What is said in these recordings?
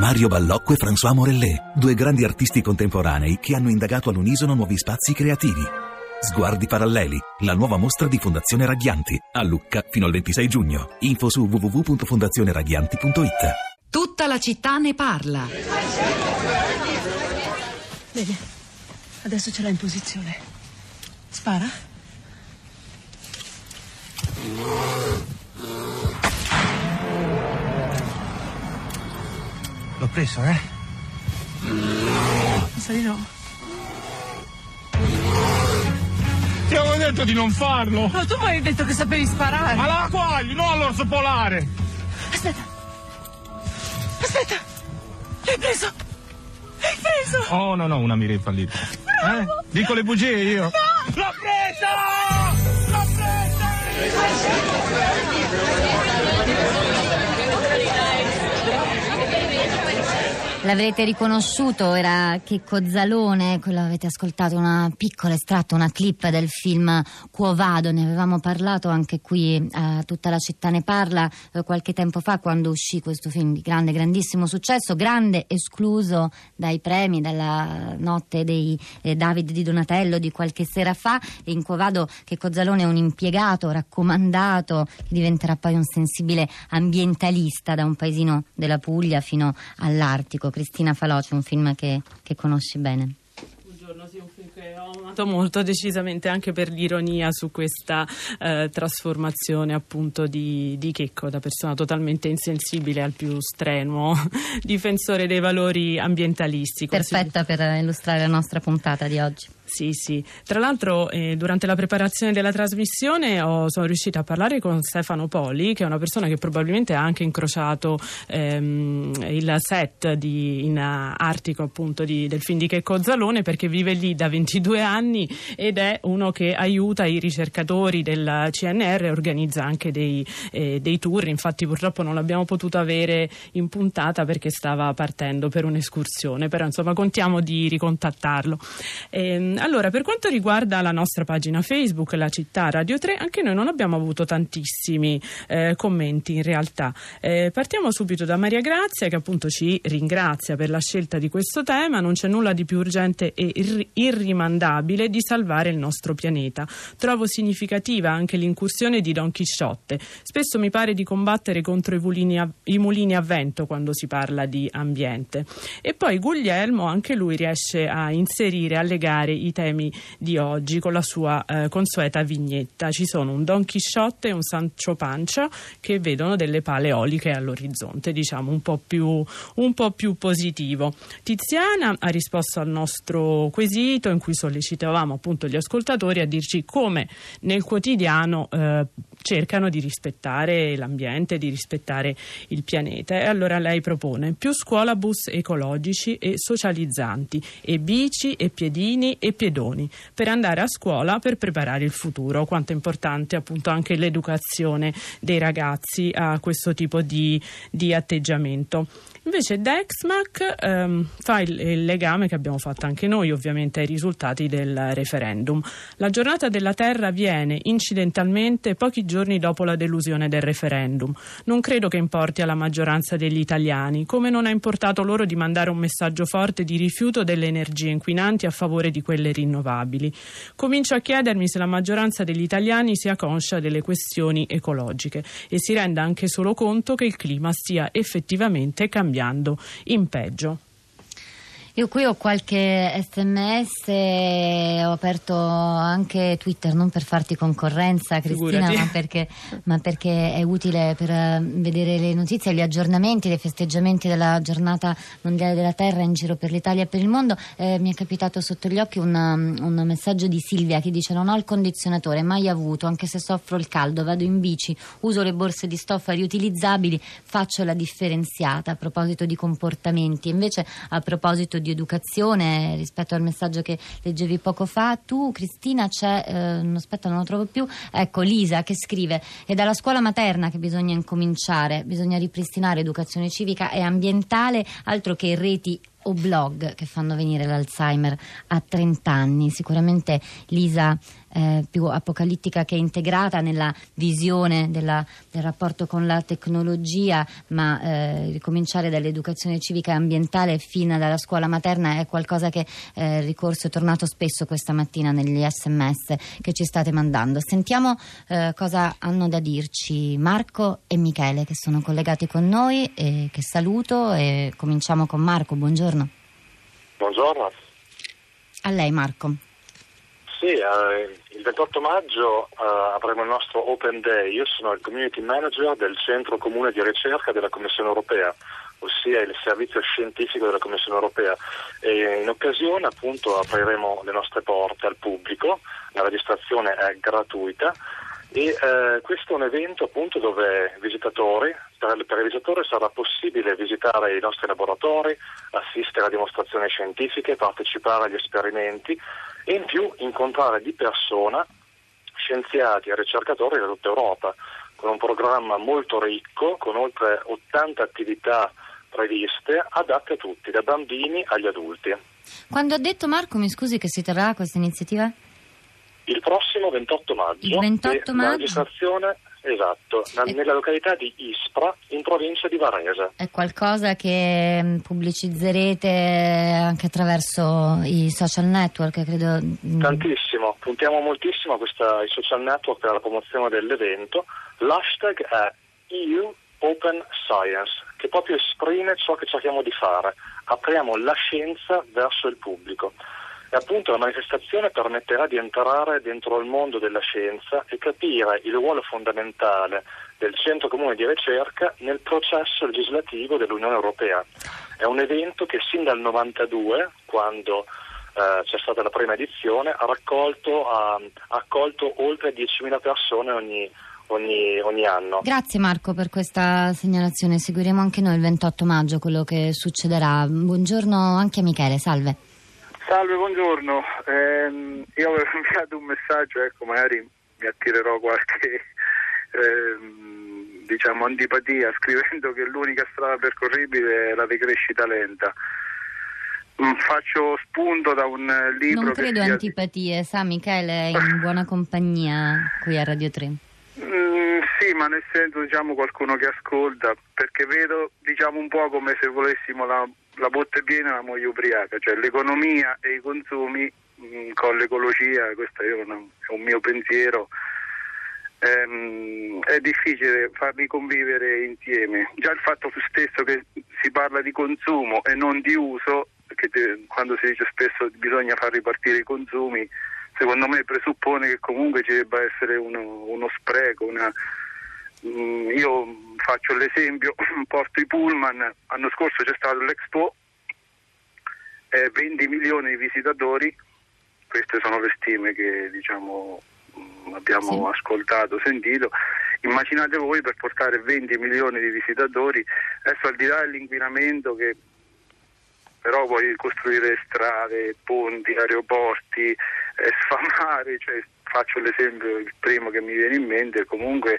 Mario Ballocco e François Morellet, due grandi artisti contemporanei che hanno indagato all'unisono nuovi spazi creativi. Sguardi paralleli, la nuova mostra di Fondazione Raghianti, a Lucca fino al 26 giugno. Info su www.fondazioneraghianti.it. Tutta la città ne parla. Vedi, adesso ce l'ha in posizione. Spara. L'ho preso, Mi sa di no. Ti avevo detto di non farlo. No, tu mi hai detto che sapevi sparare. Alla quaglia, non all'orso polare. Aspetta. L'hai preso. Oh, no, una mira infallibile. Dico le bugie io. No! L'ho presa! L'avrete riconosciuto, era Checco Zalone, quello avete ascoltato un piccolo estratto, una clip del film Quo Vado, ne avevamo parlato anche qui a Tutta la città ne parla qualche tempo fa, quando uscì questo film di grandissimo successo, grande escluso dai premi dalla notte dei David di Donatello di qualche sera fa. E in Quo Vado Checco Zalone è un impiegato raccomandato che diventerà poi un sensibile ambientalista da un paesino della Puglia fino all'Artico. Cristina Faloci, un film che conosci bene. Buongiorno, sì, un film che ho amato molto, decisamente, anche per l'ironia su questa trasformazione appunto di Checco, da persona totalmente insensibile al più strenuo difensore dei valori ambientalisti. Perfetta per illustrare la nostra puntata di oggi. Sì. Tra l'altro durante la preparazione della trasmissione sono riuscita a parlare con Stefano Poli, che è una persona che probabilmente ha anche incrociato il set in Artico appunto del film di Checco Zalone, perché vive lì da 22 anni ed è uno che aiuta i ricercatori del CNR e organizza anche dei tour. Infatti purtroppo non l'abbiamo potuto avere in puntata perché stava partendo per un'escursione, però insomma contiamo di ricontattarlo. Allora, per quanto riguarda la nostra pagina Facebook, La Città Radio 3, anche noi non abbiamo avuto tantissimi commenti in realtà. Partiamo subito da Maria Grazia, che appunto ci ringrazia per la scelta di questo tema. Non c'è nulla di più urgente e irrimandabile di salvare il nostro pianeta. Trovo significativa anche l'incursione di Don Chisciotte. Spesso mi pare di combattere contro i mulini a vento quando si parla di ambiente. E poi Guglielmo, anche lui riesce a inserire, a legare i temi di oggi con la sua consueta vignetta. Ci sono un Don Chisciotte e un Sancho Panza che vedono delle pale eoliche all'orizzonte, diciamo un po' più positivo. Tiziana ha risposto al nostro quesito in cui sollecitavamo appunto gli ascoltatori a dirci come nel quotidiano cercano di rispettare l'ambiente, di rispettare il pianeta. E allora lei propone più scuolabus ecologici e socializzanti, e bici e piedini e piedoni per andare a scuola, per preparare il futuro. Quanto è importante appunto anche l'educazione dei ragazzi a questo tipo di atteggiamento. Invece Dexmac fa il legame che abbiamo fatto anche noi ovviamente ai risultati del referendum. La giornata della terra viene incidentalmente pochi giorni dopo la delusione del referendum. Non credo che importi alla maggioranza degli italiani, come non ha importato loro di mandare un messaggio forte di rifiuto delle energie inquinanti a favore di quelle rinnovabili. Comincio a chiedermi se la maggioranza degli italiani sia conscia delle questioni ecologiche e si renda anche solo conto che il clima stia effettivamente cambiando in peggio. Io qui ho qualche sms, ho aperto anche Twitter, non per farti concorrenza Cristina, ma perché è utile per vedere le notizie, gli aggiornamenti, dei festeggiamenti della giornata mondiale della terra in giro per l'Italia e per il mondo. Mi è capitato sotto gli occhi un messaggio di Silvia che dice: non ho il condizionatore, mai avuto, anche se soffro il caldo, vado in bici, uso le borse di stoffa riutilizzabili, faccio la differenziata. A proposito di comportamenti, invece a proposito di educazione, rispetto al messaggio che leggevi poco fa tu Cristina, c'è aspetta, non lo trovo più, ecco, Lisa che scrive: è dalla scuola materna che bisogna incominciare, bisogna ripristinare educazione civica e ambientale, altro che reti o blog che fanno venire l'Alzheimer a 30 anni. Sicuramente Lisa più apocalittica che integrata nella visione del rapporto con la tecnologia, ma ricominciare dall'educazione civica e ambientale fino dalla scuola materna è qualcosa che ricorso è tornato spesso questa mattina negli SMS che ci state mandando. Sentiamo cosa hanno da dirci Marco e Michele, che sono collegati con noi e che saluto, e cominciamo con Marco. Buongiorno. Buongiorno. A lei, Marco. Sì, il 28 maggio avremo il nostro Open Day. Io sono il Community Manager del Centro Comune di Ricerca della Commissione Europea, ossia il servizio scientifico della Commissione Europea, e in occasione appunto apriremo le nostre porte al pubblico. La registrazione è gratuita e questo è un evento appunto dove per i visitatori sarà possibile visitare i nostri laboratori, assistere a dimostrazioni scientifiche, partecipare agli esperimenti e in più incontrare di persona scienziati e ricercatori da tutta Europa, con un programma molto ricco, con oltre 80 attività previste, adatte a tutti, da bambini agli adulti. Quando ha detto, Marco, mi scusi, che si terrà questa iniziativa? Il prossimo 28 maggio. Il 28 maggio? La registrazione, esatto, nella località di Ispra, in provincia di Varese. È qualcosa che pubblicizzerete anche attraverso i social network, credo? Tantissimo, puntiamo moltissimo ai social network per la promozione dell'evento. L'hashtag è EU Open Science, che proprio esprime ciò che cerchiamo di fare. Apriamo la scienza verso il pubblico. E appunto la manifestazione permetterà di entrare dentro il mondo della scienza e capire il ruolo fondamentale del Centro Comune di Ricerca nel processo legislativo dell'Unione Europea. È un evento che sin dal 92, quando c'è stata la prima edizione, ha accolto oltre 10.000 persone ogni anno. Grazie Marco per questa segnalazione, seguiremo anche noi il 28 maggio quello che succederà. Buongiorno anche a Michele, salve. Salve, buongiorno. Io avevo inviato un messaggio, magari mi attirerò qualche antipatia, scrivendo che l'unica strada percorribile è la decrescita lenta. Faccio spunto da un libro. Non credo antipatie, sa Michele, è in buona compagnia qui a Radio 3. Sì, ma nel senso qualcuno che ascolta, perché vedo un po' come se volessimo la botte piena e la moglie ubriaca, cioè l'economia e i consumi con l'ecologia. Questo è un mio pensiero. È difficile farli convivere insieme. Già il fatto stesso che si parla di consumo e non di uso, perché quando si dice spesso bisogna far ripartire i consumi, secondo me presuppone che comunque ci debba essere uno spreco. Io faccio l'esempio, porto i pullman, l'anno scorso c'è stato l'Expo, 20 milioni di visitatori, queste sono le stime che abbiamo ascoltato, sentito. Immaginate voi, per portare 20 milioni di visitatori, adesso al di là dell'inquinamento, che però vuoi costruire strade, ponti, aeroporti, sfamare, faccio l'esempio, il primo che mi viene in mente, comunque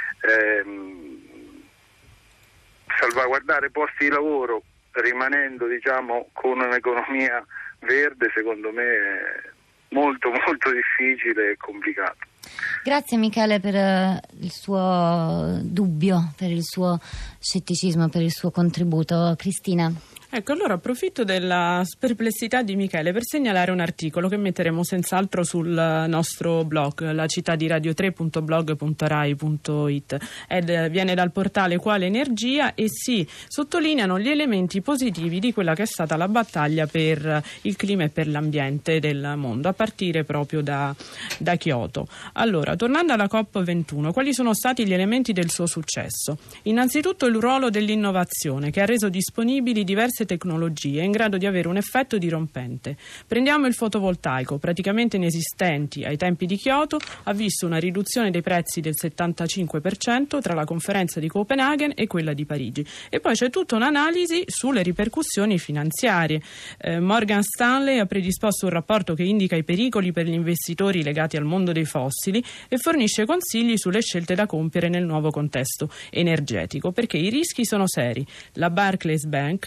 salvaguardare posti di lavoro rimanendo con un'economia verde, secondo me è molto molto difficile e complicato. Grazie Michele per il suo dubbio, per il suo scetticismo, per il suo contributo. Cristina? Ecco, allora approfitto della perplessità di Michele per segnalare un articolo che metteremo senz'altro sul nostro blog, la città di radio3.blog.rai.it, ed viene dal portale Quale Energia, e si sottolineano gli elementi positivi di quella che è stata la battaglia per il clima e per l'ambiente del mondo, a partire proprio da Kyoto. Allora, tornando alla COP21, quali sono stati gli elementi del suo successo? Innanzitutto il ruolo dell'innovazione, che ha reso disponibili diverse tecnologie in grado di avere un effetto dirompente. Prendiamo il fotovoltaico, praticamente inesistenti ai tempi di Kyoto, ha visto una riduzione dei prezzi del 75% tra la conferenza di Copenaghen e quella di Parigi. E poi c'è tutta un'analisi sulle ripercussioni finanziarie. Morgan Stanley ha predisposto un rapporto che indica i pericoli per gli investitori legati al mondo dei fossili e fornisce consigli sulle scelte da compiere nel nuovo contesto energetico, perché i rischi sono seri. La Barclays Bank ha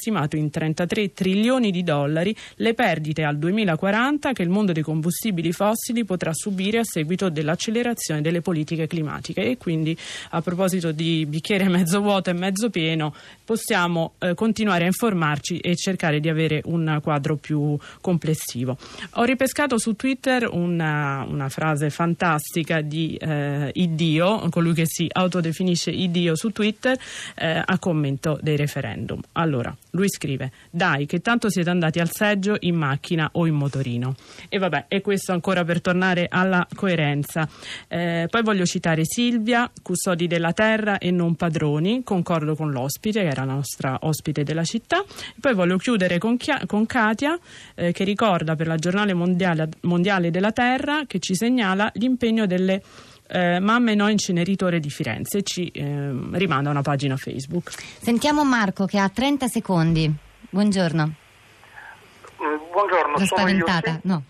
stimato in 33 trilioni di dollari le perdite al 2040 che il mondo dei combustibili fossili potrà subire a seguito dell'accelerazione delle politiche climatiche. E quindi, a proposito di bicchiere mezzo vuoto e mezzo pieno, possiamo continuare a informarci e cercare di avere un quadro più complessivo. Ho ripescato su Twitter una frase fantastica di Iddio, colui che si autodefinisce Iddio su Twitter, a commento dei referendum. Allora, lui scrive: dai, che tanto siete andati al seggio in macchina o in motorino. E vabbè, e questo ancora per tornare alla coerenza. Poi voglio citare Silvia, custodi della terra e non padroni, concordo con l'ospite, che era la nostra ospite della città. E poi voglio chiudere con Katia, che ricorda per la giornata mondiale della terra, che ci segnala l'impegno delle Mamme No Inceneritore di Firenze. Ci rimanda una pagina Facebook. Sentiamo Marco che ha 30 secondi. Buongiorno. Buongiorno, L'ho sono spaventata. io. Sì. No.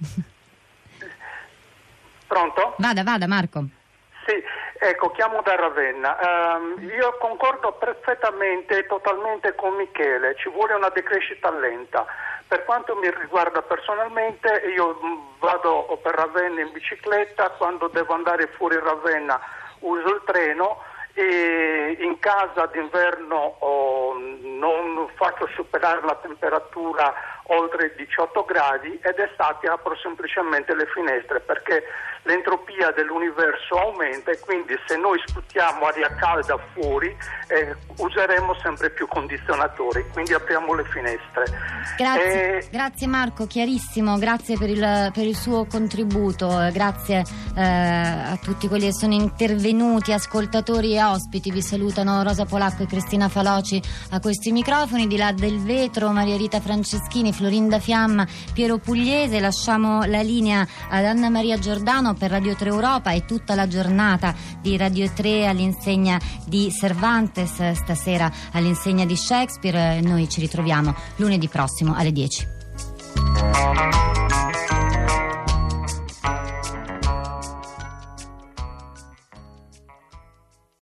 Pronto? Vada Marco. Sì, ecco, chiamo da Ravenna. Io concordo perfettamente e totalmente con Michele, ci vuole una decrescita lenta. Per quanto mi riguarda personalmente, io vado per Ravenna in bicicletta, quando devo andare fuori Ravenna uso il treno e in casa d'inverno non faccio superare la temperatura oltre i 18 gradi ed d'estate apro semplicemente le finestre perché l'entropia dell'universo aumenta e quindi se noi sputiamo aria calda fuori useremo sempre più condizionatori, quindi apriamo le finestre. Grazie Marco, chiarissimo, grazie per il suo contributo, grazie a tutti quelli che sono intervenuti, ascoltatori e ospiti. Vi salutano Rosa Polacco e Cristina Faloci a questi microfoni, di là del vetro Maria Rita Franceschini, Florinda Fiamma, Piero Pugliese. Lasciamo la linea ad Anna Maria Giordano per Radio 3 Europa e tutta la giornata di Radio 3 all'insegna di Cervantes, stasera all'insegna di Shakespeare. Noi ci ritroviamo lunedì prossimo alle 10.